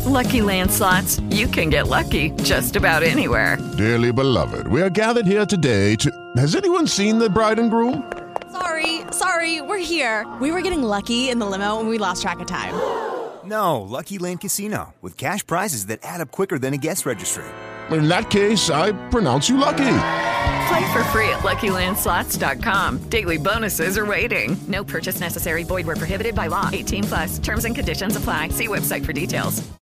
Lucky Land Slots, you can get lucky just about anywhere. Dearly beloved, we are gathered here today to... Has anyone seen the bride and groom? Sorry, we're here. We were getting lucky in the limo and we lost track of time. No, Lucky Land Casino, with cash prizes that add up quicker than a guest registry. In that case, I pronounce you lucky. Play for free at LuckyLandSlots.com. Daily bonuses are waiting. No purchase necessary. Void where prohibited by law. 18+. Terms and conditions apply. See website for details.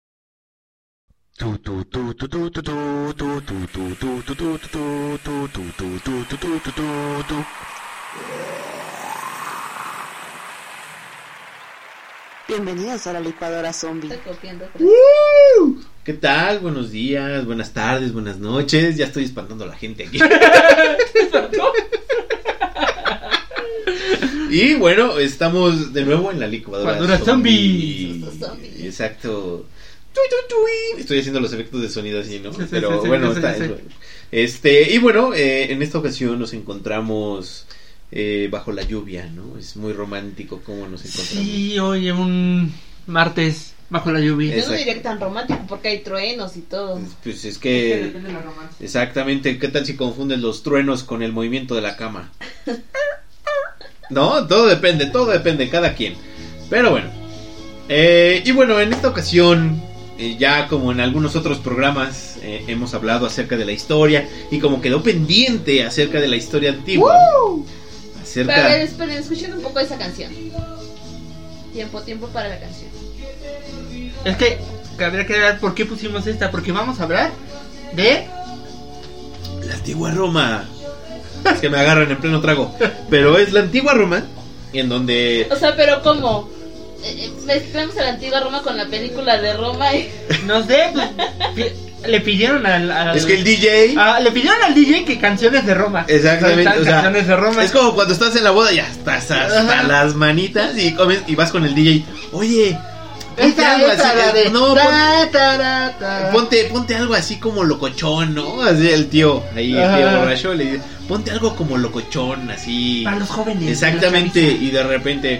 Bienvenidos a la licuadora zombie. ¿Qué tal? Buenos días, buenas tardes, buenas noches. Ya estoy espantando a la gente aquí. Y bueno, estamos de nuevo en la licuadora zombie. Exacto. Estoy haciendo los efectos de sonido así, ¿no? Pero bueno, está. Y bueno, en esta ocasión nos encontramos bajo la lluvia, ¿no? Es muy romántico cómo nos encontramos. Sí, oye, un martes bajo la lluvia. Yo no diría tan romántico porque hay truenos y todo. Pues es que depende de la romance. Exactamente. ¿Qué tal si confundes los truenos con el movimiento de la cama? No, todo depende, cada quien. Pero bueno. Y bueno, en esta ocasión, ya como en algunos otros programas, hemos hablado acerca de la historia. Y como quedó pendiente acerca de la historia antigua. Pero a ver, esperen, escuchen un poco de esa canción. Tiempo para la canción. Es que habría que ver por qué pusimos esta. Porque vamos a hablar de la antigua Roma. Es que me agarran en pleno trago. Pero es la antigua Roma, en donde... O sea, pero ¿cómo? Mezclamos a la antigua Roma con la película de Roma y... No sé, pues... Le pidieron al... Es que el DJ... le pidieron al DJ que canciones de Roma. Exactamente, o sea, canciones de Roma. Es como cuando estás en la boda, ya estás hasta las manitas y comes y vas con el DJ. Oye, ponte algo así. No, ponte algo así como locochón, ¿no? Así el tío, ahí el tío borracho le dice, ponte algo como locochón, así. Para los jóvenes. Exactamente, y de repente...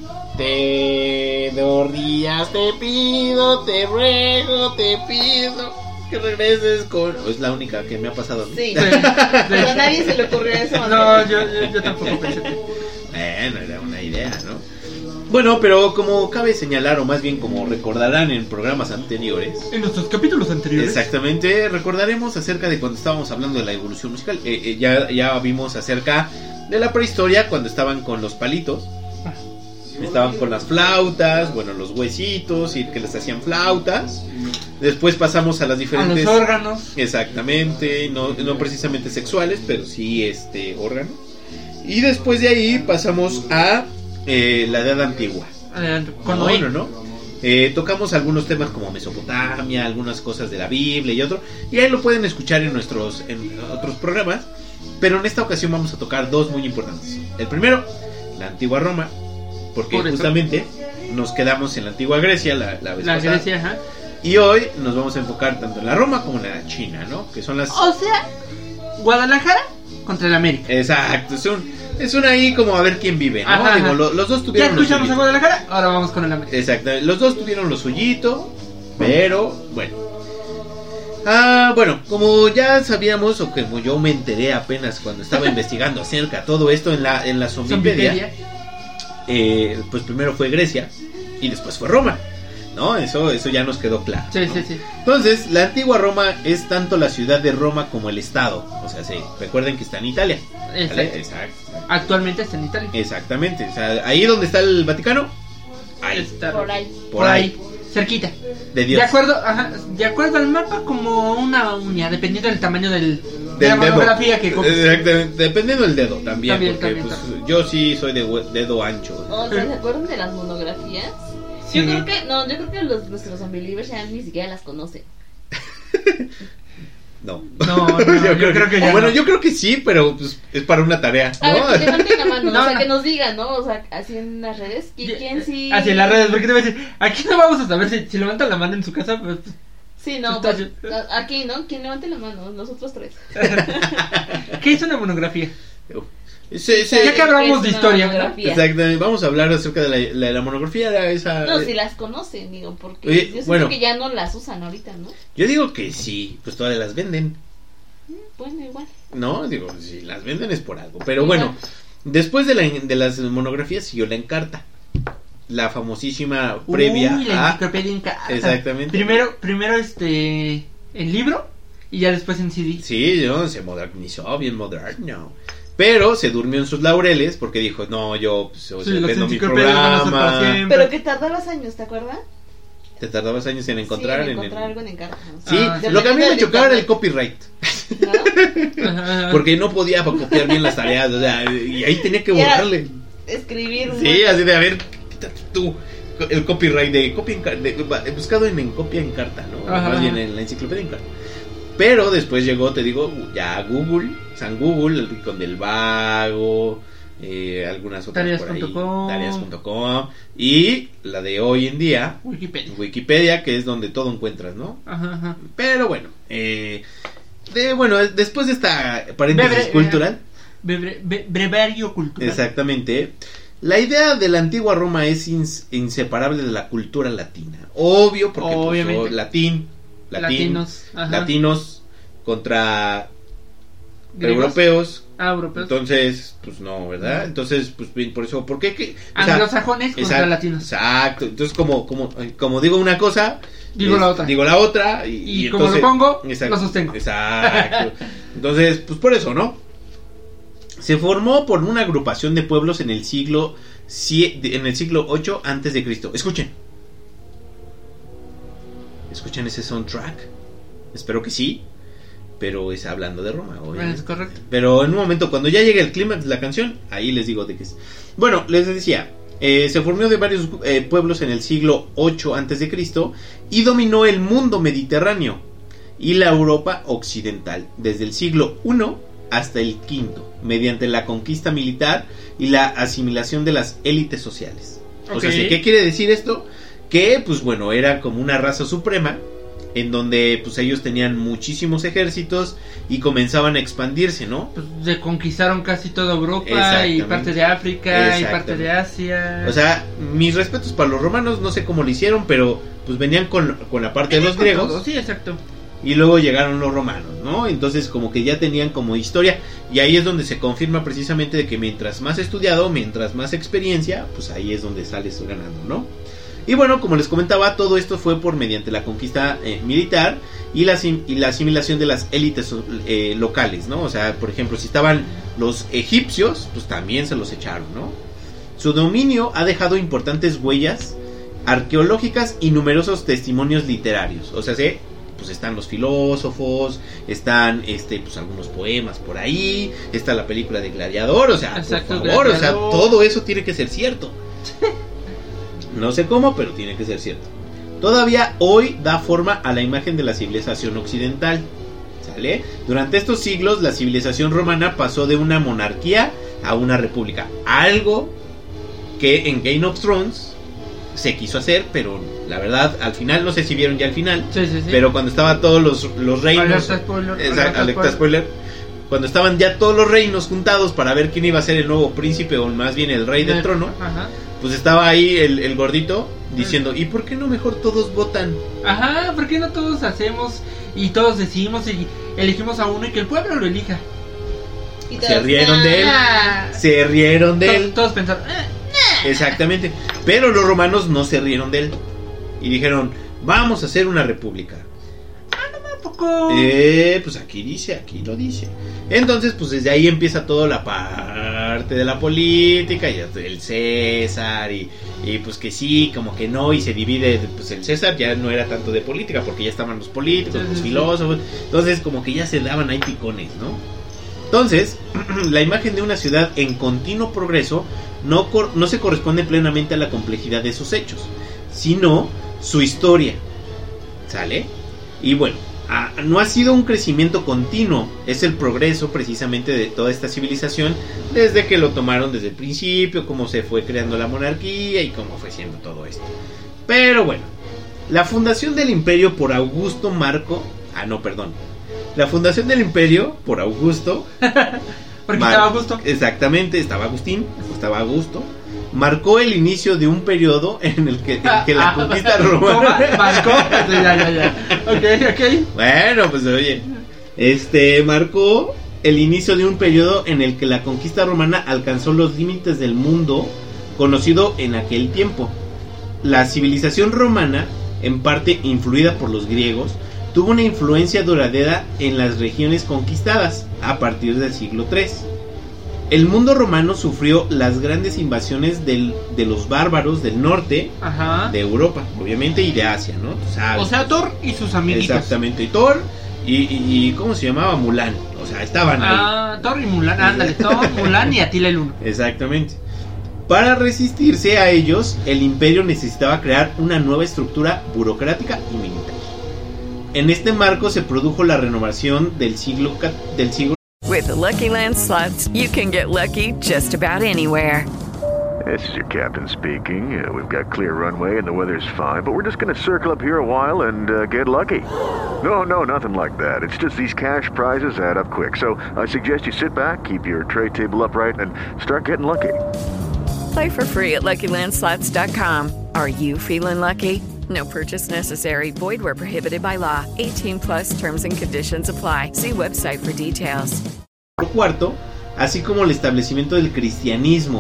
Te rodillas, te pido, te ruego, te pido que regreses con... Es la única que me ha pasado a mí. Sí. Pero a nadie se le ocurrió eso. No, yo tampoco pensé. Bueno, era una idea, ¿no? Bueno, pero como cabe señalar, o más bien como recordarán en programas anteriores, en nuestros capítulos anteriores, exactamente, recordaremos acerca de cuando estábamos hablando de la evolución musical. Ya vimos acerca de la prehistoria, cuando estaban con los palitos. Estaban con las flautas, bueno, los huesitos y que les hacían flautas. Después pasamos a las diferentes... A los órganos. Exactamente, no precisamente sexuales, pero sí órganos. Y después de ahí pasamos a la Edad Antigua. Con Noé. ¿No? Tocamos algunos temas como Mesopotamia, algunas cosas de la Biblia y otro. Y ahí lo pueden escuchar en otros programas. Pero en esta ocasión vamos a tocar dos muy importantes. El primero, la Antigua Roma. Porque justamente nos quedamos en la antigua Grecia la vez pasada. Grecia, ajá. Y hoy nos vamos a enfocar tanto en la Roma como en la China, ¿no? Que son las... O sea, Guadalajara contra el América. Exacto, es un ahí como a ver quién vive, ¿no? Ajá, Digo, los dos tuvieron... Ya escuchamos a Guadalajara, ahora vamos con el América. Exacto, los dos tuvieron lo suyito, pero bueno. Bueno, como ya sabíamos, o como yo me enteré apenas cuando estaba investigando acerca de todo esto en la Zombipedia. Pues primero fue Grecia y después fue Roma, ¿no? Eso ya nos quedó claro, sí, ¿no? sí. Entonces, la antigua Roma es tanto la ciudad de Roma como el estado. O sea, sí, recuerden que está en Italia. Exacto. Actualmente está en Italia. Exactamente, o sea, ahí donde está el Vaticano, ahí. Está por ahí. Cerquita. De Dios. De acuerdo al mapa, como una uña, dependiendo del tamaño de la monografía que coges. Exactamente, dependiendo del dedo también, porque también. Yo sí soy de dedo ancho. O sea, ¿se acuerdan de las monografías? Sí. Yo creo que los zombie-believers ya ni siquiera las conocen. No, yo creo que ya. Bueno, yo creo que sí, pero pues, es para una tarea, ¿no? A ver, que levanten la mano, No, o sea, no. que nos digan, ¿no? O sea, así en las redes. ¿Quién sí? Así en las redes, porque te voy a decir, aquí no vamos a saber si levantan la mano en su casa, pues... Sí, no, Está pues, aquí, ¿no? ¿Quién levante la mano? Nosotros tres. ¿Qué es una monografía? Ya que hablamos de historia, ¿verdad? Exactamente, vamos a hablar acerca de la monografía esa. No, si las conocen, digo, porque Oye, yo siento que ya no las usan ahorita, ¿no? Yo digo que sí, pues todavía las venden. Bueno, igual. No, digo, si las venden es por algo. Pero bueno, después de las monografías siguió la Encarta. La famosísima previa la enciclopedia Encarta. Exactamente. Primero el libro y ya después en CD. Sí, se modernizó, bien moderno. Pero se durmió en sus laureles porque dijo, no, yo vendo mi programa. Pero que tardabas años, ¿te acuerdas? Te tardabas años en encontrar, algo en Encarta. Sí, lo que a mí me chocaba era el copyright. ¿No? Porque no podía copiar bien las tareas, o sea, y ahí tenía que borrarle. Escribir. Sí, así de, a ver, quítate tú el copyright de buscado en copia en carta, ¿no? Más bien en la enciclopedia en carta. Pero después llegó, te digo, ya Google, San Google, el Rincón del Vago, algunas otras Tareas.com, por ahí, Tareas.com y la de hoy en día, Wikipedia, que es donde todo encuentras, ¿no? Ajá. Pero bueno, después de esta paréntesis cultural, brevario cultural. Exactamente. La idea de la antigua Roma es inseparable de la cultura latina. Obvio, porque pues, latinos contra europeos. Europeos. Entonces, pues no, ¿verdad? Entonces, pues bien, por eso, ¿por qué? Anglosajones contra latinos. Exacto. Entonces, como digo una cosa, digo la otra y como entonces, lo pongo, lo sostengo. Exacto. Entonces, pues por eso, ¿no? Se formó por una agrupación de pueblos en el siglo 8 antes de Cristo. Escuchen ese soundtrack. Espero que sí, pero es hablando de Roma, obviamente. Es correcto. Pero en un momento, cuando ya llegue el clímax de la canción, ahí les digo de qué es. Bueno, les decía, se formó de varios pueblos en el siglo 8 antes de Cristo y dominó el mundo mediterráneo y la Europa occidental desde el siglo 1 hasta el V, mediante la conquista militar y la asimilación de las élites sociales. O sea, ¿qué quiere decir esto? Que, pues bueno, era como una raza suprema, en donde pues ellos tenían muchísimos ejércitos y comenzaban a expandirse, ¿no? Pues se conquistaron casi toda Europa y parte de África y parte de Asia. O sea, mis respetos para los romanos, no sé cómo lo hicieron, pero pues venían con la parte de los griegos. Todo. Sí, exacto. Y luego llegaron los romanos, ¿no? Entonces como que ya tenían como historia. Y ahí es donde se confirma precisamente de que mientras más estudiado, mientras más experiencia, pues ahí es donde sales ganando, ¿no? Y bueno, como les comentaba, todo esto fue por mediante la conquista militar y la asimilación de las élites locales, ¿no? O sea, por ejemplo, si estaban los egipcios, pues también se los echaron, ¿no? Su dominio ha dejado importantes huellas arqueológicas y numerosos testimonios literarios. O sea, pues están los filósofos, están pues algunos poemas por ahí, está la película de Gladiador, o sea, exacto, por favor, o sea, todo eso tiene que ser cierto. No sé cómo, pero tiene que ser cierto. Todavía hoy da forma a la imagen de la civilización occidental, ¿sale? Durante estos siglos la civilización romana pasó de una monarquía a una república, algo que en Game of Thrones se quiso hacer, pero la verdad, al final, no sé si vieron ya el final, sí. Pero cuando estaban todos los reinos, alerta spoiler, cuando estaban ya todos los reinos juntados para ver quién iba a ser el nuevo príncipe o más bien el rey del trono, pues estaba ahí el gordito diciendo, ¿y por qué no mejor todos votan? Ajá, ¿por qué no todos hacemos y todos decidimos y elegimos a uno y que el pueblo lo elija? Y se rieron de él. Todos pensaron, Exactamente. Pero los romanos no se rieron de él y dijeron, vamos a hacer una república. Tampoco. Pues aquí lo dice. Entonces, pues desde ahí empieza toda la parte de la política y el César y pues que sí, como que no, y se divide, pues el César ya no era tanto de política porque ya estaban los políticos, los filósofos, entonces como que ya se daban ahí picones, ¿no? Entonces, la imagen de una ciudad en continuo progreso no se corresponde plenamente a la complejidad de sus hechos, sino su historia, ¿sale? Y bueno, no ha sido un crecimiento continuo, es el progreso precisamente de toda esta civilización desde que lo tomaron desde el principio, cómo se fue creando la monarquía y cómo fue siendo todo esto. Pero bueno, la fundación del imperio por La fundación del imperio por Augusto Porque estaba Augusto. Exactamente, estaba Agustín, estaba Augusto. Marcó el inicio de un periodo en el que la conquista romana... Marcó, ya. Ok. Bueno, pues oye, marcó el inicio de un periodo en el que la conquista romana alcanzó los límites del mundo conocido en aquel tiempo. La civilización romana, en parte influida por los griegos, tuvo una influencia duradera en las regiones conquistadas a partir del siglo III. El mundo romano sufrió las grandes invasiones de los bárbaros del norte, de Europa, obviamente, y de Asia, ¿no? O sea, Thor y sus amiguitos. Exactamente, y Thor y ¿cómo se llamaba? Mulan. O sea, estaban ahí. Thor y Mulan, ándale, Thor, Mulan y Atila el Uno. Exactamente. Para resistirse a ellos, el imperio necesitaba crear una nueva estructura burocrática y militar. En este marco se produjo la renovación del siglo. With the Lucky Land Slots, you can get lucky just about anywhere. This is your captain speaking. We've got clear runway and the weather's fine, but we're just going to circle up here a while and get lucky. No, nothing like that. It's just these cash prizes add up quick. So I suggest you sit back, keep your tray table upright, and start getting lucky. Play for free at LuckyLandSlots.com. Are you feeling lucky? No purchase necessary. Void where prohibited by law. 18 plus terms and conditions apply. See website for details. Cuarto, así como el establecimiento del cristianismo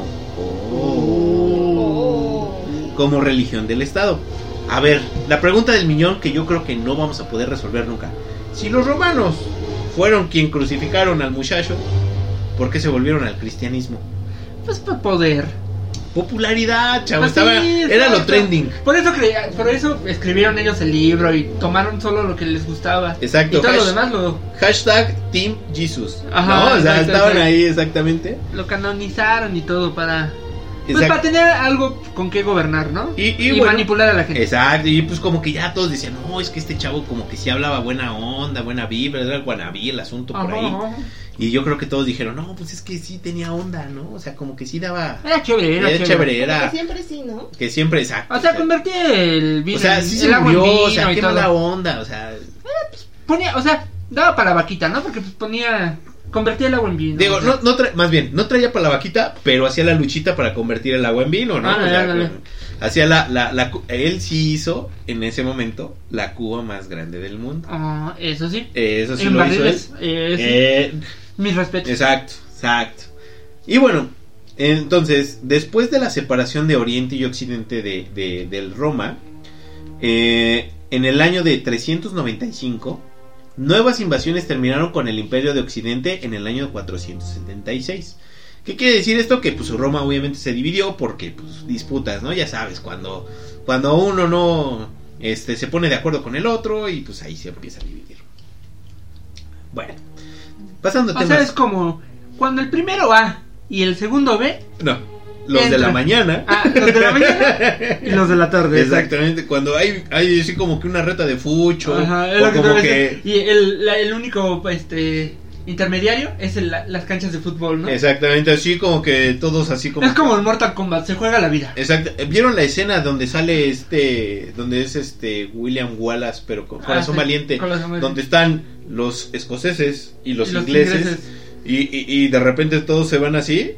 como religión del Estado. A ver, la pregunta del millón que yo creo que no vamos a poder resolver nunca. Si los romanos fueron quien crucificaron al muchacho, ¿por qué se volvieron al cristianismo? Pues por poder. Popularidad, chavo, Pues sí, era lo trending. Por eso escribieron ellos el libro y tomaron solo lo que les gustaba. Exacto. Y todo lo demás lo... Hashtag Team Jesus. Ajá, ¿no? O sea, exacto, estaban ahí exactamente. Lo canonizaron y todo para... Pues para tener algo con qué gobernar, ¿no? Y bueno, manipular a la gente. Exacto, y pues como que ya todos decían, no, es que este chavo como que sí hablaba buena onda, buena vibra, era el guanabí el asunto por ahí. Y yo creo que todos dijeron, no, pues es que sí tenía onda, ¿no? O sea, como que sí daba... Era chévere. Que siempre sí, ¿no? Que siempre, exacto. O sea, convertía el vino, o sea, sí se murió, o sea, qué mala onda, o sea... Pues ponía, o sea, daba para la vaquita, ¿no? Porque pues ponía... Convertía el agua en vino. Digo, más bien, no traía para la vaquita, pero hacía la luchita para convertir el agua en vino, ¿no? Hacía él sí hizo, en ese momento, la cuba más grande del mundo. Eso sí. Eso sí lo hizo él. Mis respetos. Exacto. Y bueno, entonces, después de la separación de Oriente y Occidente del Roma, en el año de 395... nuevas invasiones terminaron con el Imperio de Occidente en el año 476. ¿Qué quiere decir esto? Que pues Roma obviamente se dividió porque pues disputas, ¿no? Ya sabes, cuando uno no se pone de acuerdo con el otro y pues ahí se empieza a dividir. Bueno, pasando temas. O sea, es como cuando el primero A y el segundo B. No. Los de la mañana. Los de la mañana y los de la tarde. Exactamente, cuando hay así como que una reta de fucho. Ajá, o como que... Y el único intermediario es las canchas de fútbol, ¿no? Exactamente, así como que todos así como... Es como el Mortal Kombat, se juega la vida. Exacto, ¿vieron la escena donde sale donde es William Wallace, pero con Corazón Valiente? Donde están los escoceses y los ingleses. Y de repente todos se van así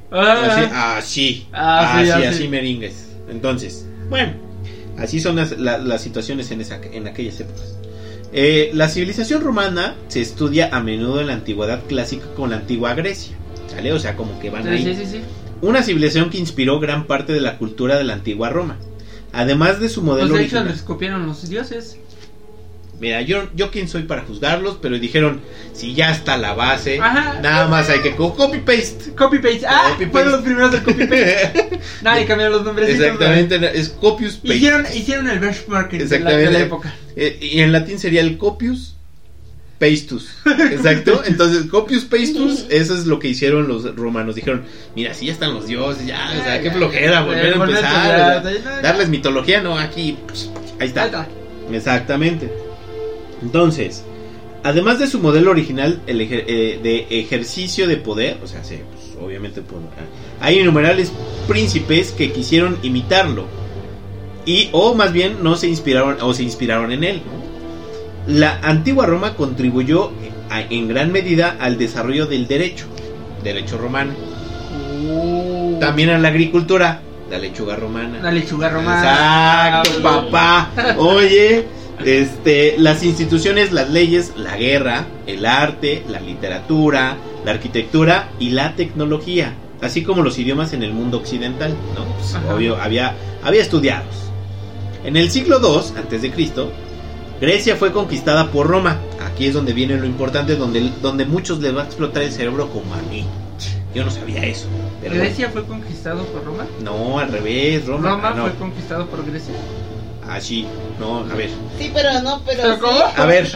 merengues. Entonces, bueno, así son las situaciones en aquellas épocas. La civilización romana se estudia a menudo en la antigüedad clásica con la antigua Grecia, ¿sale? O sea, como que van ahí. Sí. Una civilización que inspiró gran parte de la cultura de la antigua Roma. Además de su modelo original. Les copiaron los dioses. Mira, yo quién soy para juzgarlos, pero dijeron, si ya está la base, nada más hay que copy-paste. Copy-paste, fueron los primeros del copy-paste. Nadie cambiaron los nombres. Exactamente, es copius-paste. Hicieron el benchmark de la época. Y en latín sería el copius pastus. Exacto, entonces copius pastus, eso es lo que hicieron los romanos. Dijeron, mira, si ya están los dioses, ya, o sea, qué flojera volver a empezar, darles mitología, no, aquí, pues, ahí está. Exactamente. Entonces, además de su modelo original de ejercicio de poder, o sea, pues, obviamente hay innumerables príncipes que quisieron imitarlo o más bien no se inspiraron o se inspiraron en él, ¿no? La antigua Roma contribuyó en gran medida al desarrollo del derecho, de lecho romano. También a la agricultura, la lechuga romana. La lechuga romana. Exacto, papá. Oye, las instituciones, las leyes, la guerra, el arte, la literatura, la arquitectura y la tecnología, así como los idiomas en el mundo occidental, ¿no? Pues, obvio, había estudiados. En el siglo II a.C., Grecia fue conquistada por Roma. Aquí es donde viene lo importante, donde muchos les va a explotar el cerebro como a mí. Yo no sabía eso. Pero ¿Grecia fue conquistado por Roma? No, al revés, ¿Roma fue conquistado por Grecia? Ah, sí, no, a ver. Sí, pero no, pero sí. ¿Cómo?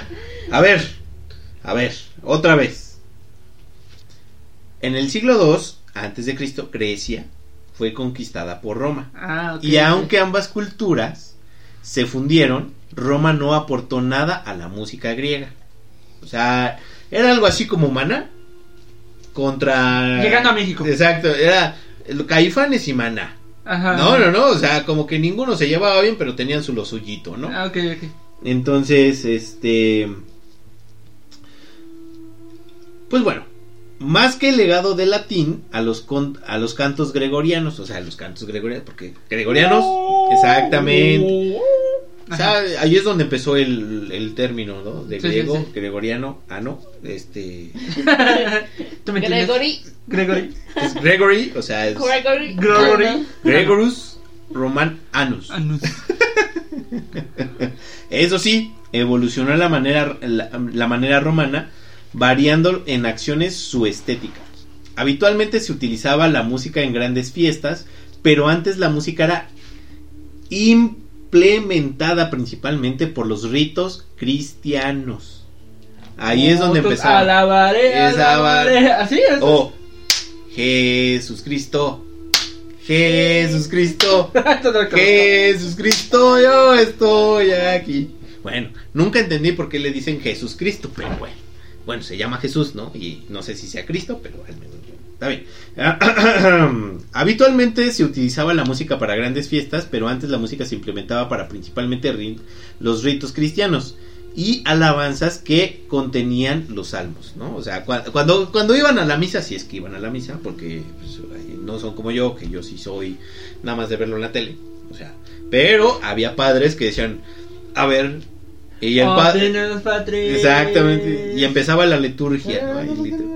A ver, otra vez. En el siglo II a.C., Grecia fue conquistada por Roma. Okay, y aunque ambas culturas se fundieron, Roma no aportó nada a la música griega. O sea, era algo así como Maná contra... Llegando a México. Exacto, era Caifanes y Maná. Ajá. No, o sea, como que ninguno se llevaba bien, pero tenían lo suyito, ¿no? Ok. Entonces, pues bueno, más que el legado del latín a los cantos gregorianos, o sea, los cantos gregorianos, porque gregorianos, exactamente. O sea, ahí es donde empezó el término, ¿no? De griego, sí. Gregoriano, Gregory. Es Gregory, o sea, es Gregorus Roman Anus. Eso sí, evolucionó la manera romana, variando en acciones su estética. Habitualmente se utilizaba la música en grandes fiestas, pero antes la música era implementada principalmente por los ritos cristianos. Ahí es donde empezaba. Alabaré. Así es. Jesús Cristo, yo estoy aquí. Bueno, nunca entendí por qué le dicen Jesús Cristo, pero bueno, se llama Jesús, ¿no? Y no sé si sea Cristo, pero al menos está bien. Habitualmente se utilizaba la música para grandes fiestas, pero antes la música se implementaba para principalmente los ritos cristianos y alabanzas que contenían los salmos, ¿no? O sea, cuando iban a la misa, si es que iban a la misa, porque pues, no son como yo, que yo sí soy nada más de verlo en la tele, o sea, pero había padres que decían, a ver, y el padre, exactamente, y empezaba la liturgia, ¿no?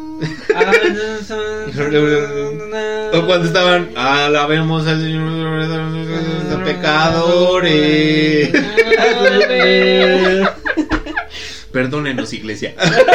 O cuando estaban, alabemos al Señor, pecadores. Perdónenos, iglesia.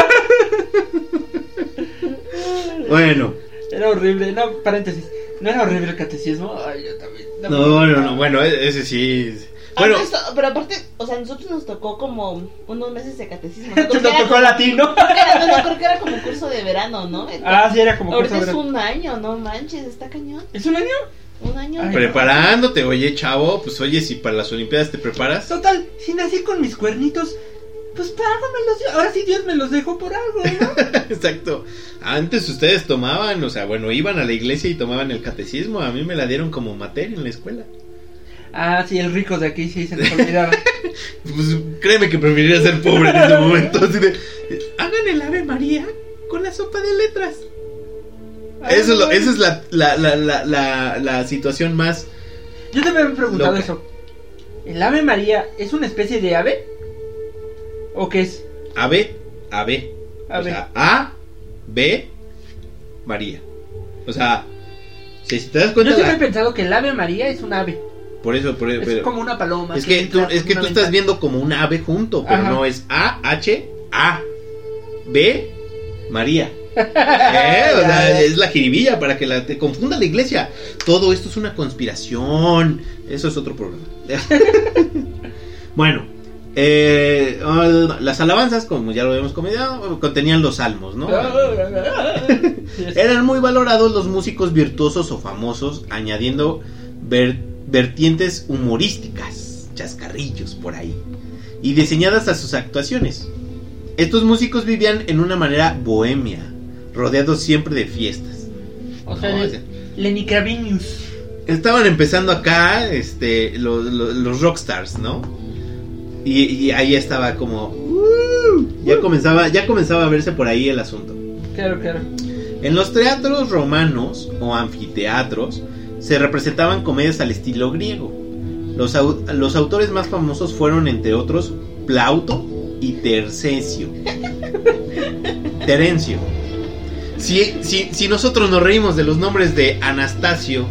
Bueno. Era horrible, no, paréntesis. ¿No era horrible el catecismo? Ay, yo también. No, bueno, ese sí. Bueno, pero aparte, o sea, a nosotros nos tocó como unos meses de catecismo. Nos tocó latín, ¿no? Creo que era como curso de verano, ¿no? Sí, era como curso de verano. Ahorita es un año, no manches, está cañón. ¿Es un año? Un año. Ay, preparándote, oye, chavo, pues oye, si para las Olimpiadas te preparas. Total, si nací con mis cuernitos, pues para algo me los dio. Ahora sí Dios me los dejó por algo, ¿no? Exacto. Antes ustedes tomaban, o sea, bueno, iban a la iglesia y tomaban el catecismo. A mí me la dieron como materia en la escuela. Sí, el rico de aquí sí se les olvidaba. Pues créeme que preferiría ser pobre en ese momento. Así de, hagan el Ave María con la sopa de letras. Esa es la situación más. Yo te había preguntado loca. Eso. ¿El Ave María es una especie de ave? ¿O qué es? Ave. O sea, A, B, María. O sea, si te das cuenta. Yo siempre he pensado que el Ave María es un ave. Por eso, es como una paloma. Es que tú estás viendo como un ave junto, pero no es A, H, A, B, María. O sea, es la jiribilla para que te confunda la iglesia. Todo esto es una conspiración. Eso es otro programa. Bueno, las alabanzas, como ya lo habíamos comentado, contenían los salmos, ¿no? Eran muy valorados los músicos virtuosos o famosos, añadiendo vertientes humorísticas, chascarrillos por ahí, y diseñadas a sus actuaciones. Estos músicos vivían en una manera bohemia, rodeados siempre de fiestas. O sea, Lenny Kravinius. Estaban empezando acá los rockstars, ¿no? Y ahí estaba como ya comenzaba a verse por ahí el asunto. Claro. En los teatros romanos o anfiteatros se representaban comedias al estilo griego. Los autores más famosos fueron, entre otros, Plauto y Terencio. Si nosotros nos reímos de los nombres de Anastasio,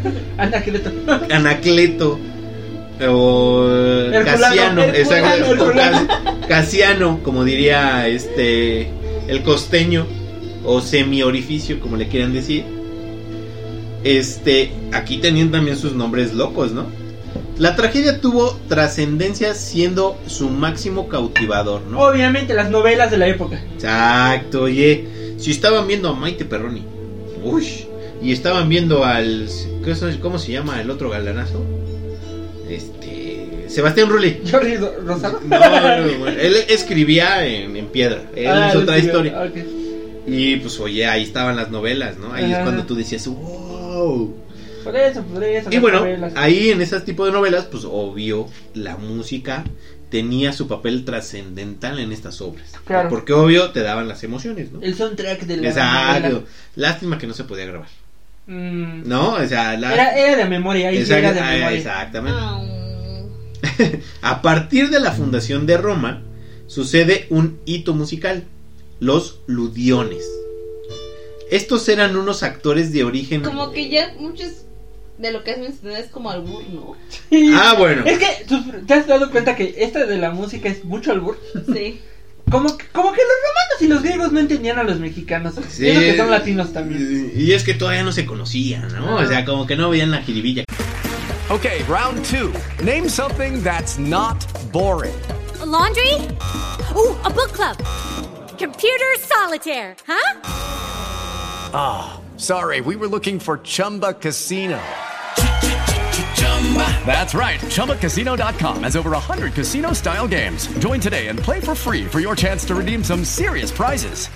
Anacleto o Casiano, Casiano, como diría el costeño, o semi-orificio, como le quieran decir, aquí tenían también sus nombres locos, ¿no? La tragedia tuvo trascendencia siendo su máximo cautivador, ¿no? Obviamente, las novelas de la época. Exacto, oye. Si estaban viendo a Maite Perroni, y estaban viendo al... ¿Cómo se llama el otro galanazo? Sebastián Rulli. ¿Jordi Rosado? No, él escribía en piedra. Él hizo otra historia. Okay. Y pues, oye, ahí estaban las novelas, ¿no? Ahí es cuando tú decías, wow. Por eso. Y bueno, novelas. Ahí en ese tipo de novelas, pues obvio, la música tenía su papel trascendental en estas obras. Claro. Porque obvio te daban las emociones, ¿no? El soundtrack de la Exacto. Novela. Lástima que no se podía grabar. ¿No? O sea, era de memoria. Ahí era de memoria. Exactamente. A partir de la fundación de Roma, sucede un hito musical. Los Ludiones. Estos eran unos actores de origen... Como que ya muchos de lo que has mencionado es como albur, ¿no? Sí. Ah, bueno. Es que ¿te has dado cuenta que esta de la música es mucho albur? Sí. Como que los romanos y los griegos no entendían a los mexicanos. Sí. Y los que son latinos también. Y es que todavía no se conocían, ¿no? O sea, como que no veían la jiribilla. Okay, round 2. Name something that's not boring. A laundry? Ooh, a book club. Computer solitaire, huh? Ah, sorry, we were looking for Chumba Casino. That's right, ChumbaCasino.com has over 100 casino-style games. Join today and play for free for your chance to redeem some serious prizes.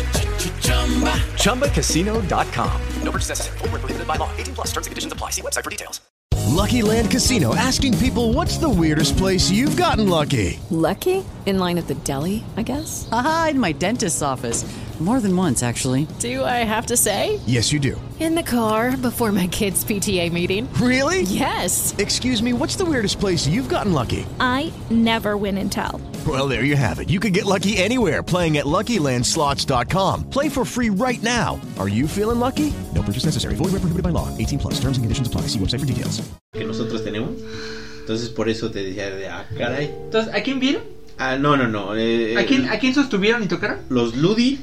ChumbaCasino.com. No purchase necessary. Void where prohibited by law. 18+. Terms and conditions apply. See website for details. Lucky Land Casino, asking people, what's the weirdest place you've gotten lucky? Lucky? In line at the deli, I guess? Aha, in my dentist's office. More than once, actually. Do I have to say? Yes, you do. In the car before my kids' PTA meeting. Really? Yes. Excuse me, what's the weirdest place you've gotten lucky? I never win and tell. Well, there you have it. You can get lucky anywhere, playing at LuckyLandSlots.com. Play for free right now. Are you feeling lucky? No purchase necessary. Void where prohibited by law. 18+. Terms and conditions apply. See website for details. Que nosotros tenemos. Entonces, por eso te decía caray. Entonces, ¿a quién vieron? No. ¿A quién sostuvieron y tocaron? Los Ludiones.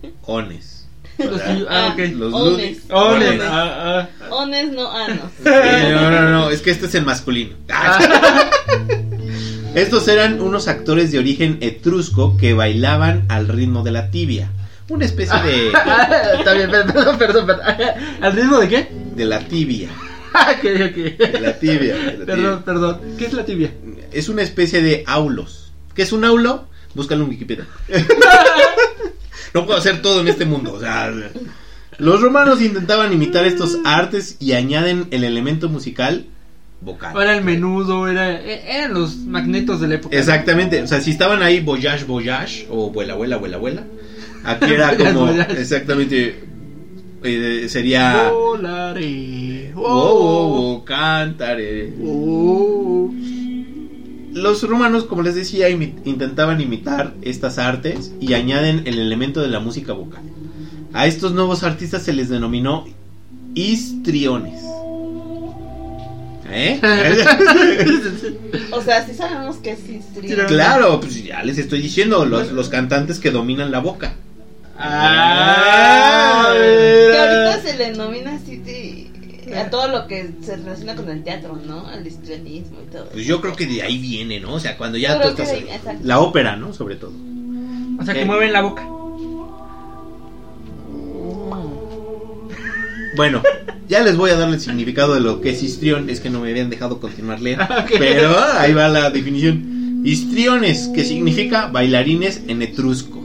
Okay. Los Ones. Ones, no anos. No, es que este es el masculino. Estos eran unos actores de origen etrusco que bailaban al ritmo de la tibia. Una especie de... Está bien, perdón. ¿Al ritmo de qué? De la tibia. Okay. De la tibia. Perdón. ¿Qué es la tibia? Es una especie de aulos. ¿Qué es un aulo? Búscalo en Wikipedia. No puedo hacer todo en este mundo. O sea, los romanos intentaban imitar estos artes y añaden el elemento musical vocal. Era el menudo, eran los magnetos de la época. Exactamente. O sea, si estaban ahí voyage o vuela. Aquí era como exactamente sería volaré. Cantaré. Los romanos, como les decía, intentaban imitar estas artes y añaden el elemento de la música vocal. A estos nuevos artistas se les denominó histriones. O sea, sí sabemos que es histrión. Claro, pues ya les estoy diciendo, los cantantes que dominan la boca. Que ahorita se le denomina así a todo lo que se relaciona con el teatro, ¿no? Al histrionismo y todo. Pues yo creo que de ahí viene, ¿no? O sea, cuando ya tú estás la ópera, ¿no? Sobre todo. O sea, que mueven la boca. Bueno, ya les voy a dar el significado de lo que es histrión. Es que no me habían dejado continuar leer. Okay. Pero ahí va la definición. Histriones, que significa bailarines en etrusco.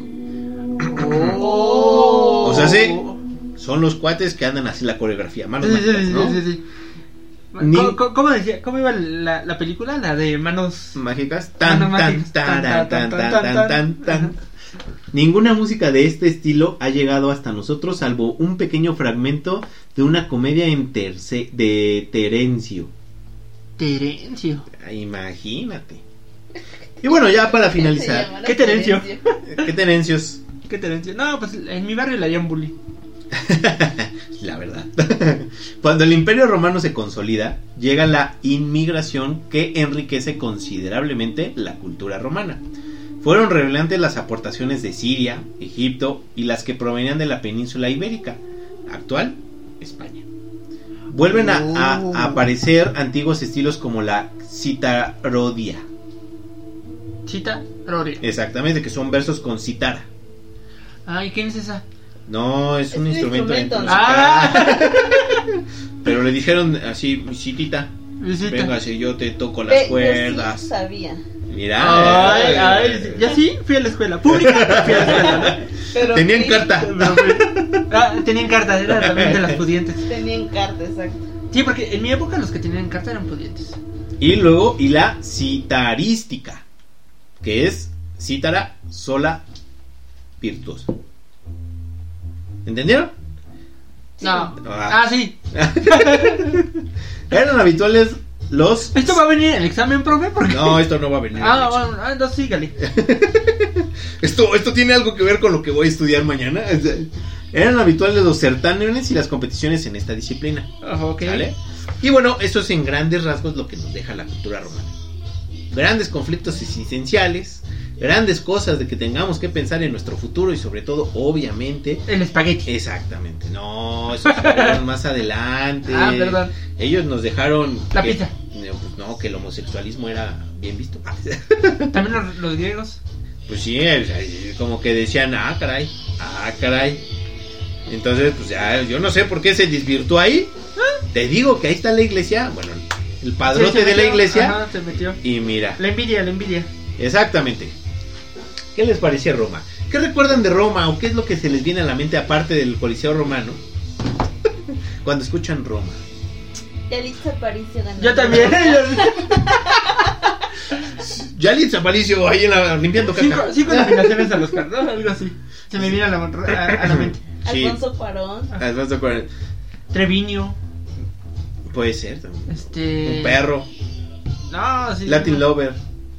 O sea, sí, son los cuates que andan así la coreografía, manos mágicas, ¿no? Sí. ¿Cómo iba la película? La de manos mágicas. Ninguna música de este estilo ha llegado hasta nosotros, salvo un pequeño fragmento de una comedia de Terencio. Terencio. Imagínate. Y bueno, ya para finalizar. ¿Qué Terencio? ¿Qué Terencios? ¿Qué Terencio? No, pues en mi barrio le harían bullying. La verdad. Cuando el Imperio Romano se consolida, llega la inmigración que enriquece considerablemente la cultura romana. Fueron relevantes las aportaciones de Siria, Egipto y las que provenían de la península ibérica, actual España. Vuelven a aparecer antiguos estilos como la citarodia. Citarodia. Exactamente, que son versos con citara. Ay, ¿quién es esa? No, es un instrumento musical. Pero le dijeron así, citita. Venga, si yo te toco las cuerdas. Yo sí sabía. Mira. Ay, ya sí, fui a la escuela pública. Fui a la escuela, ¿no? Pero tenían carta. Tenían carta, era también de las pudientes. Tenían carta, exacto. Sí, porque en mi época los que tenían carta eran pudientes. Y luego, y la citarística, que es cítara sola virtuosa. ¿Entendieron? No. Sí. Eran habituales los... ¿Esto va a venir en el examen, profe? ¿Por qué? No, esto no va a venir. Bueno, entonces sígale. Esto tiene algo que ver con lo que voy a estudiar mañana. Eran habituales los certámenes y las competiciones en esta disciplina. Okay. ¿Vale? Y bueno, eso es en grandes rasgos lo que nos deja la cultura romana. Grandes conflictos existenciales, grandes cosas de que tengamos que pensar en nuestro futuro y sobre todo, obviamente, el espagueti. Exactamente. No, eso fue más adelante. Perdón. Ellos nos dejaron la pizza. No, que el homosexualismo era bien visto. También los griegos. Pues sí, como que decían, caray. Entonces, pues ya, yo no sé por qué se desvirtuó ahí. Te digo que ahí está la iglesia. Bueno, el padrote de la iglesia. Ajá, se metió. Y mira. La envidia. Exactamente. ¿Qué les parecía Roma? ¿Qué recuerdan de Roma? ¿O qué es lo que se les viene a la mente aparte del Coliseo romano? Cuando escuchan Roma. Yalitza Aparicio ganó. Yo también. Yalitza Aparicio ahí limpiando caca. 5 nominaciones a los carros, algo así. Se me viene a la mente. Sí. Alfonso Cuarón. Treviño. Puede ser también. Un perro. No, sí. Latin Lover.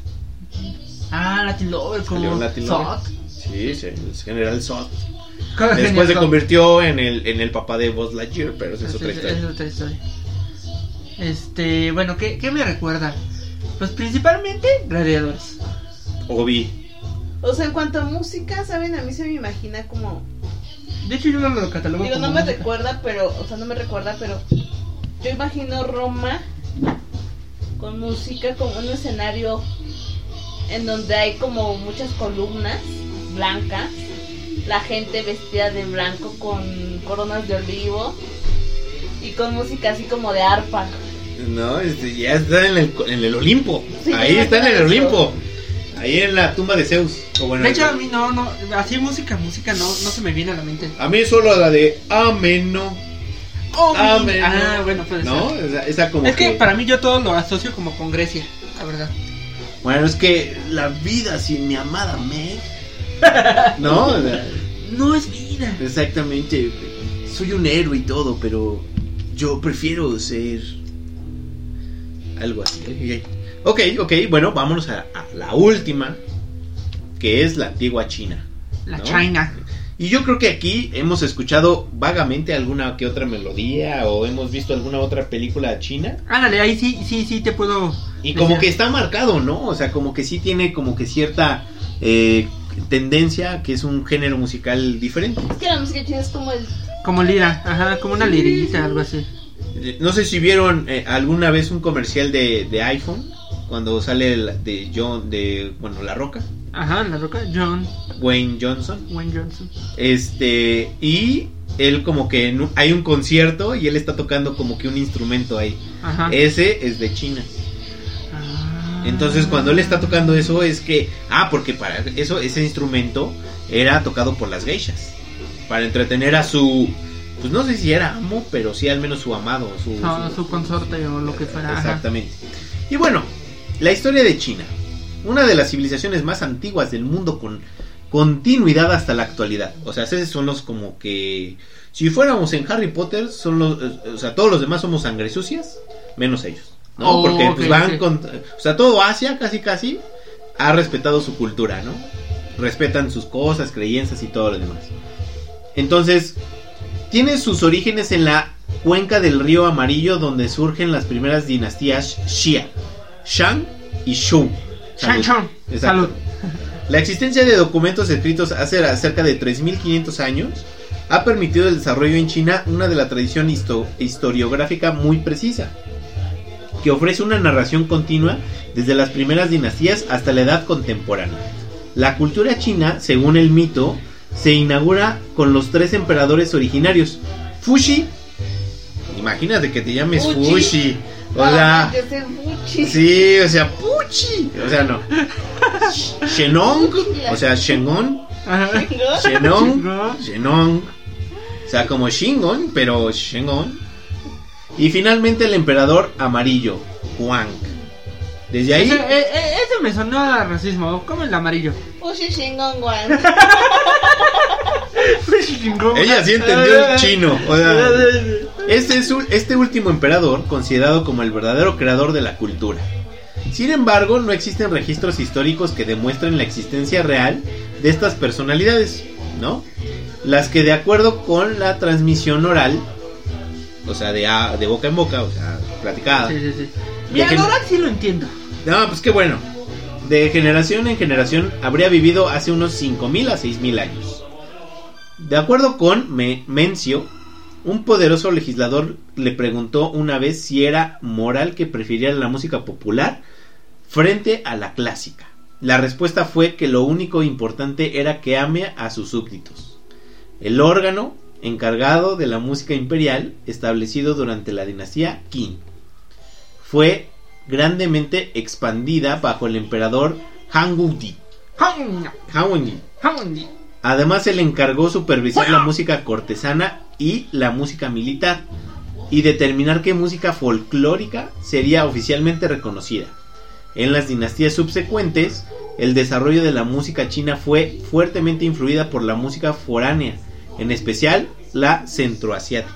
Latin Lover, como Zod. Sí, el general Zod. Después se convirtió en el papá de Buzz Lightyear, pero esa es otra historia. Es otra historia. Bueno, ¿qué me recuerda? Pues principalmente Gladiadores. Obi. O sea, en cuanto a música, ¿saben? A mí se me imagina como... De hecho, yo no lo catalogo como no me recuerda, pero... O sea, no me recuerda, pero... Yo imagino Roma con música, como un escenario en donde hay como muchas columnas blancas, la gente vestida de blanco con coronas de olivo y con música así como de arpa. No, ya está en el Olimpo. Sí, ahí está en el Olimpo. Ahí en la tumba de Zeus. De hecho, a mí no, así música no se me viene a la mente. A mí solo la de Ameno. Ameno. Bueno, puede ser. ¿No? Esa como es que para mí yo todo lo asocio como con Grecia, la verdad. Bueno, es que la vida sin mi amada Meg. ¿No? No es vida. Exactamente. Soy un héroe y todo, pero yo prefiero ser algo así. Ok, bueno, vámonos a la última, que es la antigua China. La China. Y yo creo que aquí hemos escuchado vagamente alguna que otra melodía o hemos visto alguna otra película china. Ándale, ahí sí te puedo... Y como que está marcado, ¿no? O sea, como que sí tiene como que cierta tendencia, que es un género musical diferente. Es que la música china es como el... Como lira, como una lirita, algo así. No sé si vieron alguna vez un comercial de iPhone, cuando sale La Roca. Ajá, La Roca, Wayne Johnson. Y él como que hay un concierto y él está tocando como que un instrumento ahí. Ajá. Ese es de China. Entonces cuando él está tocando eso es que... porque para eso ese instrumento era tocado por las geishas. Para entretener a su... Pues no sé si era amo, pero sí al menos su amado. Su consorte o lo que fuera. Exactamente. Y bueno, la historia de China. Una de las civilizaciones más antiguas del mundo con continuidad hasta la actualidad. O sea, esos son los como que... Si fuéramos en Harry Potter, son los... O sea, todos los demás somos sangre sucias, menos ellos, ¿no? Porque pues van con... O sea, todo Asia casi ha respetado su cultura, ¿no? Respetan sus cosas, creencias y todo lo demás. Entonces, tiene sus orígenes en la cuenca del río Amarillo, donde surgen las primeras dinastías Xia, Shang y Zhou. Salud. La existencia de documentos escritos hace cerca de 3.500 años ha permitido el desarrollo en China una de la tradición historiográfica muy precisa, que ofrece una narración continua desde las primeras dinastías hasta la edad contemporánea. La cultura china, según el mito, se inaugura con los 3 emperadores originarios. Fuxi, imagínate que te llames Fuxi. O sea, sí, o sea, Puchi. O sea, no. Shenong, o sea, Shengon. Shenong. O sea, como Shingon, pero Shengon. Y finalmente el emperador amarillo, Huang. Desde ahí... Eso me sonó a racismo. ¿Cómo el amarillo? Ella sí entendió el chino. O sea, este último emperador, considerado como el verdadero creador de la cultura. Sin embargo, no existen registros históricos que demuestren la existencia real de estas personalidades, ¿no? Las que, de acuerdo con la transmisión oral, o sea, de boca en boca, o sea, platicada. Sí. Mira, ahora sí lo entiendo. No, pues qué bueno. De generación en generación habría vivido hace unos 5.000 a 6.000 años. De acuerdo con Mencio, un poderoso legislador le preguntó una vez si era moral que prefiriera la música popular frente a la clásica. La respuesta fue que lo único importante era que ame a sus súbditos. El órgano encargado de la música imperial, establecido durante la dinastía Qin, fue grandemente expandida bajo el emperador Han Wudi. Además, se le encargó supervisar la música cortesana y la música militar, y determinar qué música folclórica sería oficialmente reconocida. En las dinastías subsecuentes, el desarrollo de la música china fue fuertemente influida por la música foránea, en especial la centroasiática.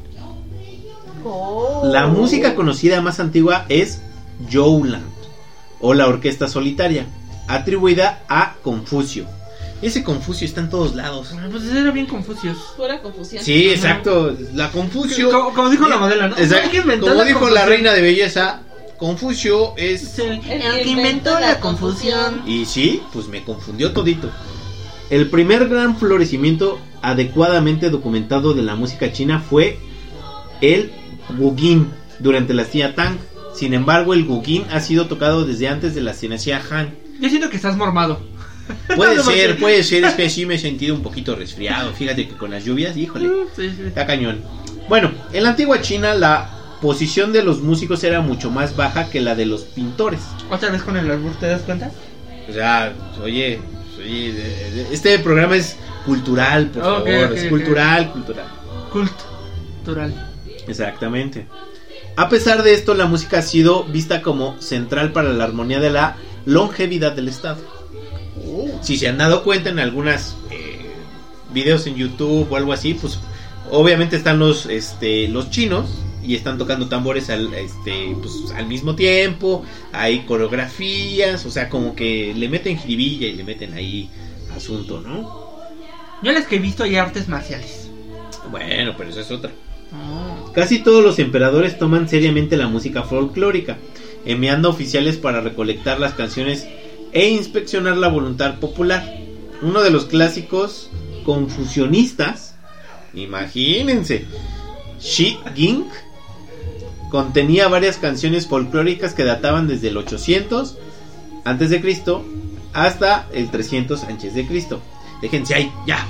La música conocida más antigua es Zhouland, o la orquesta solitaria, atribuida a Confucio. Ese Confucio está en todos lados. Pues era bien Confucio. Pura confusión. Sí, exacto. La Confucio. Como dijo la modelo, ¿no? Exacto. Como dijo la reina de belleza, Confucio es el que inventó la confusión. Y sí, pues me confundió todito. El primer gran florecimiento adecuadamente documentado de la música china fue el Gugin durante la dinastía Tang. Sin embargo, el Gugin ha sido tocado desde antes de la dinastía Han. Yo siento que estás mormado. Puede ser, es que sí me he sentido un poquito resfriado. Fíjate que con las lluvias, híjole, está cañón. Bueno, en la antigua China la posición de los músicos era mucho más baja que la de los pintores. ¿Otra vez con el albur, te das cuenta? O sea, oye, este programa es cultural, por favor, es cultural. Cultural. Exactamente. A pesar de esto, la música ha sido vista como central para la armonía de la longevidad del Estado. Si se han dado cuenta en algunas videos en YouTube o algo así, pues obviamente están los chinos y están tocando tambores al mismo tiempo. Hay coreografías, o sea, como que le meten jiribilla y le meten ahí asunto, ¿no? Yo las que he visto hay artes marciales. Bueno, pero eso es otra. Casi todos los emperadores toman seriamente la música folclórica, enviando oficiales para recolectar las canciones e inspeccionar la voluntad popular. Uno de los clásicos confucionistas, imagínense, Shi Ging, contenía varias canciones folclóricas que databan desde el 800 a.C. hasta el 300 a.C. Déjense ahí, ya.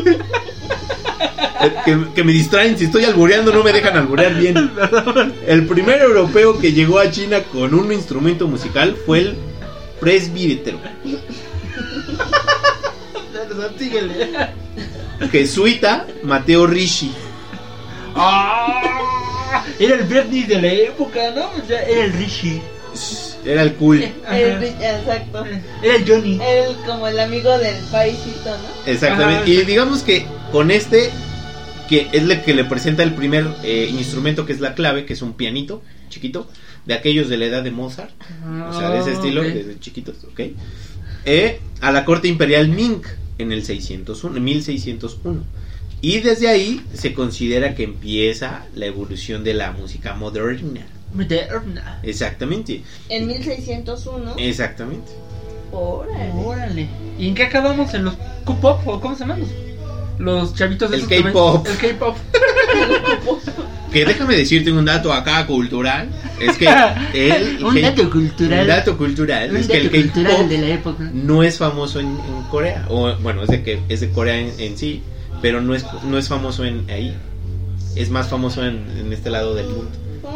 que me distraen, si estoy albureando no me dejan alburear bien. El primer europeo que llegó a China con un instrumento musical fue el presbítero jesuita Mateo Ricci. Era el Bernie de la época, ¿no? Era el Ricci. Era el cool. Exacto. Era el Johnny. Como el amigo del paisito, ¿no? Exactamente. Ajá. Y digamos que con este, que es el que le presenta el primer instrumento, que es la clave, que es un pianito chiquito, de aquellos de la edad de Mozart. O sea, de ese estilo, okay. de chiquitos, ¿ok? A la corte imperial Ming en el 1601. Y desde ahí se considera que empieza la evolución de la música moderna. Exactamente. En 1601. Exactamente. Órale. ¿Y en qué acabamos? ¿En los K-pop o cómo se llaman? Los chavitos de el K-pop. El K-pop. Que déjame decirte un dato acá cultural. Es que un dato cultural. Un dato cultural. Un es dato que el K-pop de la época no es famoso en Corea. O bueno, es de Corea en sí. Pero no es famoso ahí. Es más famoso en este lado del mundo.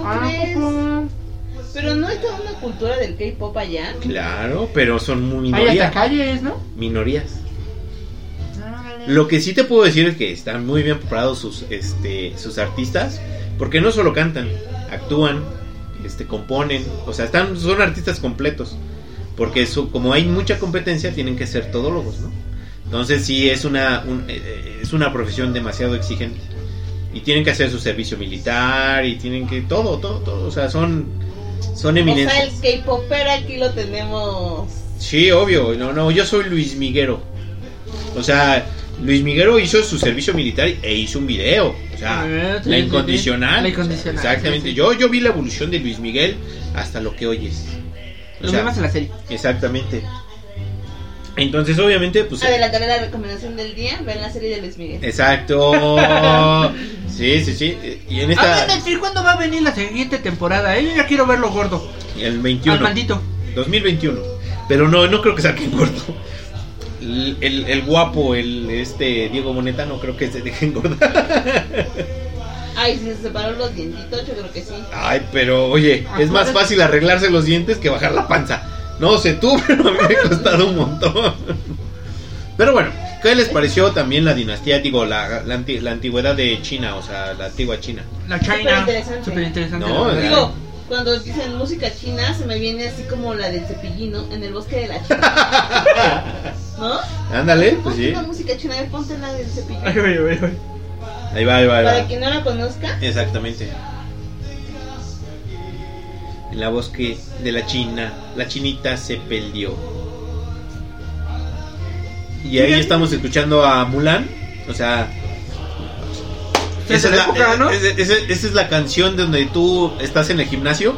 Pero no está una cultura del K-pop allá. Claro, pero son muy minorías. Hay hasta calles, ¿no? Minorías. Lo que sí te puedo decir es que están muy bien preparados sus artistas, porque no solo cantan, actúan, componen, o sea, son artistas completos, porque como hay mucha competencia tienen que ser todólogos, ¿no? Entonces sí es una profesión demasiado exigente y tienen que hacer su servicio militar y tienen que todo, o sea, son eminencias. O sea, el K-popper aquí lo tenemos. Sí, obvio, no, yo soy Luis Miguero. O sea, Luis Miguero hizo su servicio militar e hizo un video. O sea, la incondicional. Exactamente. Sí. Yo vi la evolución de Luis Miguel hasta lo que oyes. Lo vemos en la serie. Exactamente. Entonces, obviamente, pues. Adelantaré la recomendación del día. Ver la serie de Luis Miguel. Exacto. Sí. Y en esta. ¿Cuándo va a venir la siguiente temporada? Yo ya quiero verlo gordo. El 21. Al maldito. 2021. Pero no creo que saquen gordo. El guapo, Diego Boneta, no creo que se deje engordar. Ay, si se separó los dientitos, yo creo que sí. Ay, pero oye, es más fácil arreglarse los dientes que bajar la panza. No sé tú, pero a mí me ha costado un montón. Pero bueno, ¿qué les pareció también la dinastía? Digo, la antigüedad de China, o sea, la antigua China. La China. Súper interesante. No, digo, cuando dicen música china, se me viene así como la del Cepillino en el bosque de la China. ¿No? Ándale, pues sí. Una música china, a ver, ponte la del Cepillino. Ahí va. Para quien no la conozca. Exactamente. En la bosque de la China, la chinita se perdió. Y ahí estamos escuchando a Mulan. O sea, esa es la canción donde tú estás en el gimnasio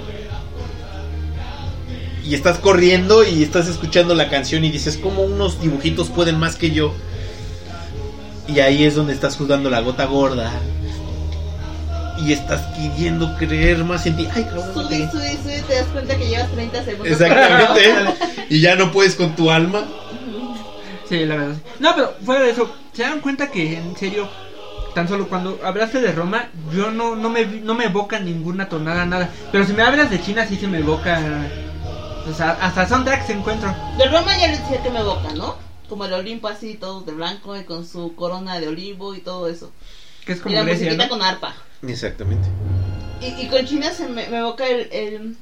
y estás corriendo y estás escuchando la canción y dices, ¿cómo unos dibujitos pueden más que yo? Y ahí es donde estás jugando la gota gorda y estás queriendo creer más en ti. Ay, cabrón. Sube, te das cuenta que llevas 30 segundos. Exactamente. Y ya no puedes con tu alma. Sí, la verdad. No, pero fuera de eso, ¿se dan cuenta que en serio, tan solo cuando hablaste de Roma, yo no me evoca ninguna tonada, nada? Pero si me hablas de China, sí se me evoca. O sea, hasta soundtracks encuentro. De Roma ya les decía que me evoca, ¿no? Como el Olimpo así, todo de blanco y con su corona de olivo y todo eso. Que es como y la Grecia, musiquita, ¿no? Con arpa. Exactamente. Y con China se me evoca el...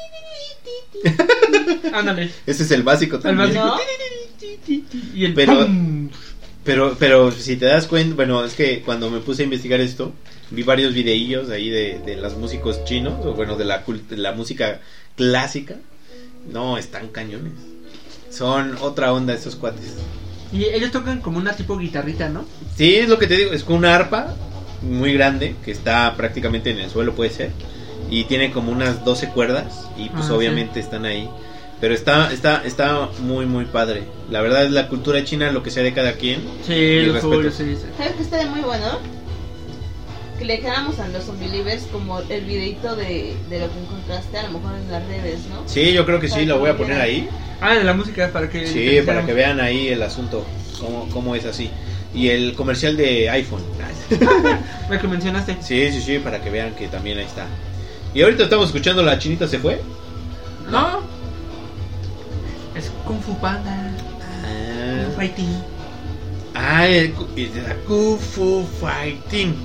Ándale. Ese es el básico también. El básico. ¿No? Y el pero si te das cuenta, bueno, es que cuando me puse a investigar esto, vi varios videillos ahí de los músicos chinos, o bueno, de la música clásica. No, están cañones. Son otra onda esos cuates. Y ellos tocan como una tipo guitarrita, ¿no? Sí, es lo que te digo, es con una arpa muy grande que está prácticamente en el suelo, puede ser. Y tiene como unas 12 cuerdas y pues obviamente sí. Están ahí. Pero está muy muy padre. La verdad es la cultura china, lo que sea de cada quien. Sí, lo suyo, sí. ¿Sabes qué está muy bueno? Que le dejáramos a los Unbelievers como el videito de lo que encontraste, a lo mejor en las redes, ¿no? Sí, yo creo que sí, lo voy a poner ahí. Ah, de la música, para que... Sí, para que vean ahí el asunto, cómo es así. Y el comercial de iPhone. ¿Me que mencionaste? Sí, para que vean que también ahí está. Y ahorita estamos escuchando La Chinita se fue. No. Es Kung Fu Panda. Fighting. Kung Fu Fighting.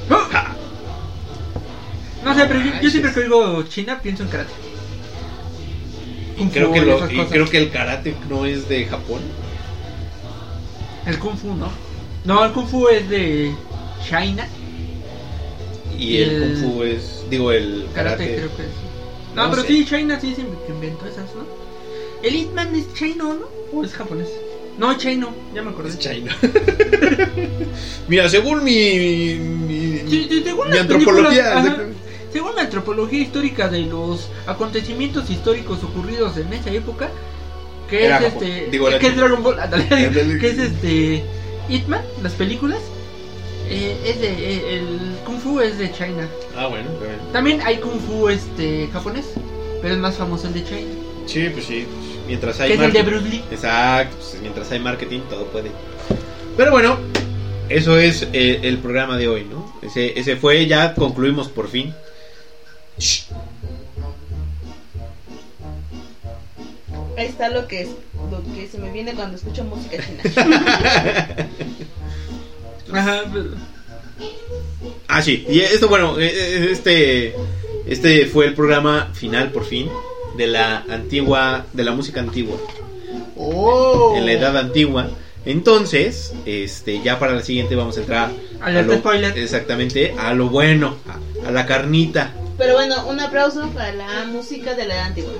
No sé, pero yo siempre que oigo China pienso en karate. Kung creo Fu que y esas y cosas. creo que el karate no es de Japón. El Kung Fu, ¿no? No, el Kung Fu es de China. Y el Kung Fu es, digo, el karate creo que es. No, No pero sé. sí, China sí se inventó esas, ¿no? El Ip Man es chino, ¿no? ¿O es japonés? No, chino, ya me acordé. Es chino. Mira, según mi según mi las antropología, películas, ajá, según la antropología histórica de los acontecimientos históricos ocurridos en esa época, que Era es Japón. Digo, era que es chino. Dragon Ball, ándale, Ándale. que es Ip Man, las películas, es de el Kung Fu es de China. Ah, bueno. También hay Kung Fu japonés, pero es más famoso el de China. Sí, pues sí. Mientras hay Que es el de marketing. Bruce Lee. Exacto, pues, mientras hay marketing todo puede. Pero bueno, eso es el programa de hoy, ¿no? Ese fue, ya concluimos por fin. Shh. Ahí está lo que se me viene cuando escucho música china. Ajá, pero... Ah, sí. Y esto, bueno, este fue el programa final por fin de la música antigua. Oh. En la edad antigua. Entonces, ya para la siguiente vamos a entrar spoiler. Exactamente, a lo bueno, a la carnita. Pero bueno, un aplauso para la música de la edad antigua.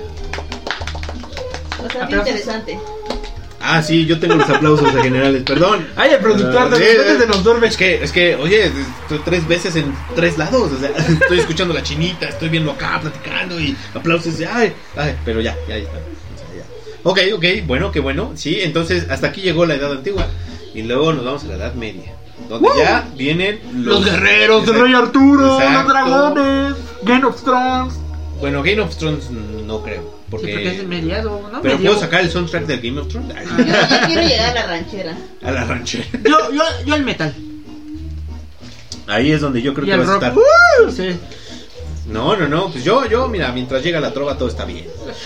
Bastante interesante. Ah, sí, yo tengo los aplausos generales, perdón. Ay, el productor de repente se nos duerme. Es que, oye, estoy 3 veces en 3 lados. O sea, estoy escuchando la chinita, estoy viendo acá, platicando y aplausos. Ay, pero ya está. O sea, ya. Ok, bueno, qué bueno. Sí, entonces hasta aquí llegó la edad antigua. Y luego nos vamos a la edad media, donde ya vienen los guerreros de Rey Arturo, Exacto. los dragones, Game of Thrones. Bueno, Game of Thrones no creo. Porque es el mediado, ¿no? Pero Mediado. puedo sacar el soundtrack del Game of Thrones. Yo quiero llegar a la ranchera. A la ranchera. Yo al metal. Ahí es donde yo creo Y que el vas a rock. estar. Sí. No, pues yo, mira, mientras llega la trova todo está bien.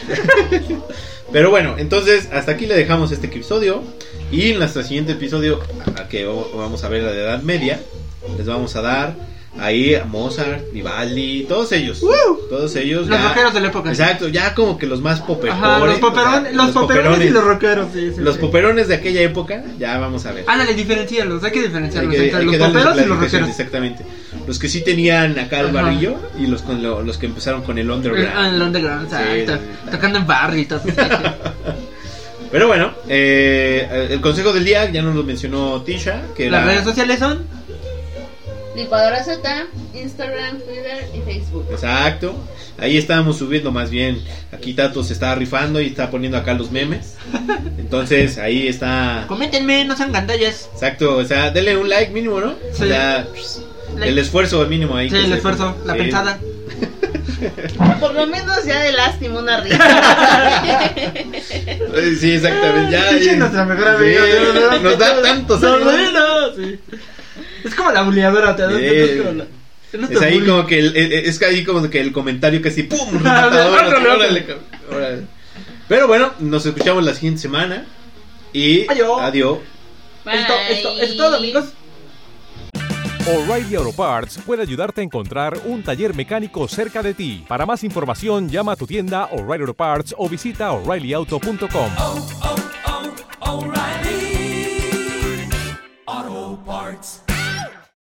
Pero bueno, entonces hasta aquí le dejamos este episodio. Y en nuestro siguiente episodio, a que vamos a ver la de Edad Media, les vamos a dar ahí a Mozart, Vivaldi, todos ellos. Todos ellos. Los rockeros de la época. Exacto, ya como que los más poperones. Ajá, los poperones y los rockeros. Sí, los poperones de aquella época, ya vamos a ver. Ándale, diferenciarlos, hay que diferenciarlos Hay entre los darles poperos y los clarificación, rockeros. exactamente. Los que sí tenían acá el Ajá. barrillo y los que empezaron con el underground. El underground, exacto. Sí. Tocando en barrio y todo eso. Pero bueno, el consejo del día ya nos lo mencionó Tisha, que Las era... redes sociales son Licuadora Z, Instagram, Twitter y Facebook. Exacto. Ahí estábamos subiendo más bien. Aquí Tato se está rifando y está poniendo acá los memes. Entonces ahí está. Coméntenme, no sean gandallas. Exacto, o sea, denle un like mínimo, ¿no? Sí. O sea, el esfuerzo mínimo ahí. Sí, el esfuerzo, la sí. pensada. Por lo menos ya de lástima una risa. Sí, exactamente. Ya, Sí, nuestra mejor amiga. Sí, nos da tantos No, ánimos. bueno, sí. Es como la buleadora, te das cuenta. Es ahí como que es ahí como que el comentario que así ¡pum! Órale. Pero bueno, nos escuchamos la siguiente semana. Y adiós. Esto es todo, amigos. O'Reilly Auto Parts puede ayudarte a encontrar un taller mecánico cerca de ti. Para más información, llama a tu tienda O'Reilly Auto Parts o visita O'ReillyAuto.com.